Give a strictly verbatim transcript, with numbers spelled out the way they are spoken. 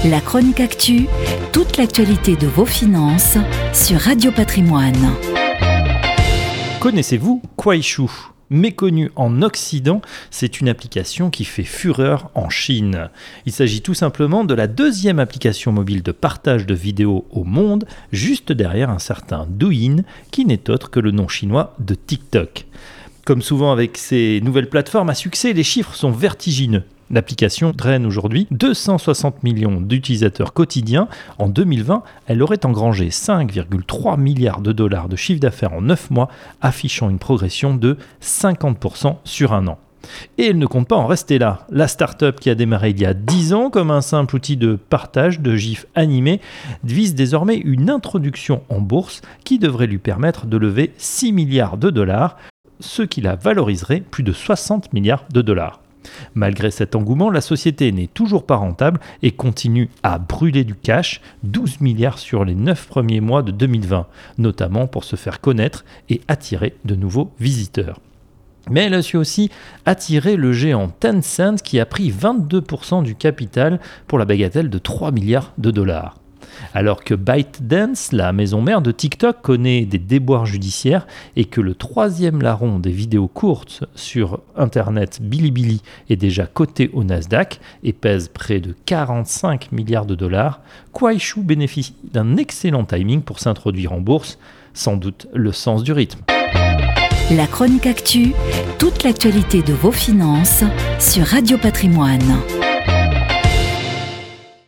La chronique actu, toute l'actualité de vos finances sur Radio Patrimoine. Connaissez-vous Kuaishou ? Méconnue en Occident, c'est une application qui fait fureur en Chine. Il s'agit tout simplement de la deuxième application mobile de partage de vidéos au monde, juste derrière un certain Douyin, qui n'est autre que le nom chinois de TikTok. Comme souvent avec ces nouvelles plateformes à succès, les chiffres sont vertigineux. L'application draine aujourd'hui deux cent soixante millions d'utilisateurs quotidiens. En deux mille vingt, elle aurait engrangé cinq virgule trois milliards de dollars de chiffre d'affaires en neuf mois, affichant une progression de cinquante pour cent sur un an. Et elle ne compte pas en rester là. La start-up qui a démarré il y a dix ans comme un simple outil de partage de gifs animés vise désormais une introduction en bourse qui devrait lui permettre de lever six milliards de dollars, ce qui la valoriserait plus de soixante milliards de dollars. Malgré cet engouement, la société n'est toujours pas rentable et continue à brûler du cash, douze milliards sur les neuf premiers mois de deux mille vingt, notamment pour se faire connaître et attirer de nouveaux visiteurs. Mais elle a su aussi attirer le géant Tencent qui a pris vingt-deux pour cent du capital pour la bagatelle de trois milliards de dollars. Alors que ByteDance, la maison mère de TikTok, connaît des déboires judiciaires et que le troisième larron des vidéos courtes sur Internet, Bilibili, est déjà coté au Nasdaq et pèse près de quarante-cinq milliards de dollars, Kuaishou bénéficie d'un excellent timing pour s'introduire en bourse, sans doute le sens du rythme. La chronique actu, toute l'actualité de vos finances sur Radio Patrimoine.